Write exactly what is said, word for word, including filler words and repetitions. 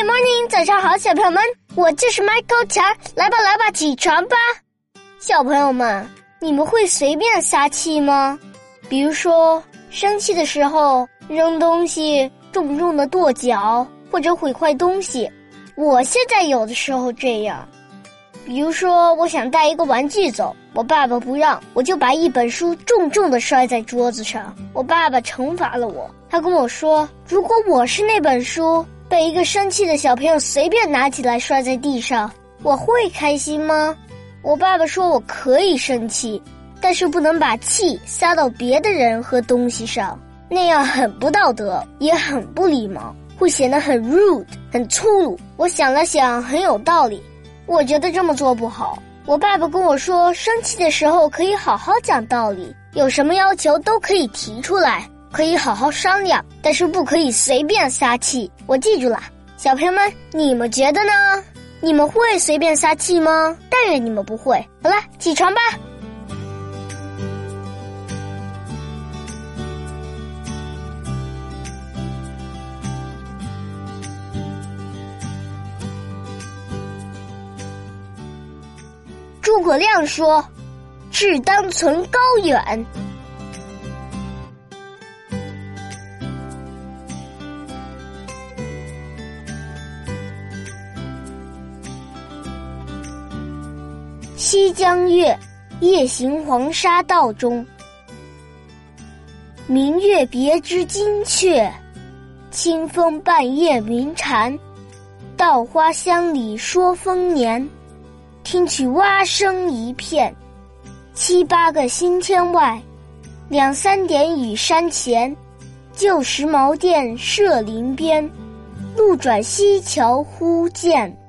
Good morning， 早上好，小朋友们，我就是 Michael 强，来吧来吧，起床吧。小朋友们，你们会随便撒气吗？比如说，生气的时候扔东西，重重的跺脚，或者毁坏东西。我现在有的时候这样。比如说，我想带一个玩具走，我爸爸不让，我就把一本书重重地摔在桌子上。我爸爸惩罚了我，他跟我说，如果我是那本书，被一个生气的小朋友随便拿起来摔在地上，我会开心吗？我爸爸说我可以生气，但是不能把气撒到别的人和东西上，那样很不道德，也很不礼貌，会显得很 rude， 很粗鲁。我想了想，很有道理。我觉得这么做不好。我爸爸跟我说，生气的时候可以好好讲道理，有什么要求都可以提出来，可以好好商量，但是不可以随便撒气。我记住了。小朋友们，你们觉得呢？你们会随便撒气吗？但愿你们不会。好了，起床吧。诸葛亮说，志当存高远。西江月，夜行黄沙道中。明月别枝惊鹊，清风半夜鸣蝉。稻花香里说丰年，听取蛙声一片。七八个星天外，两三点雨山前。旧时茅店社林边，路转溪桥忽见。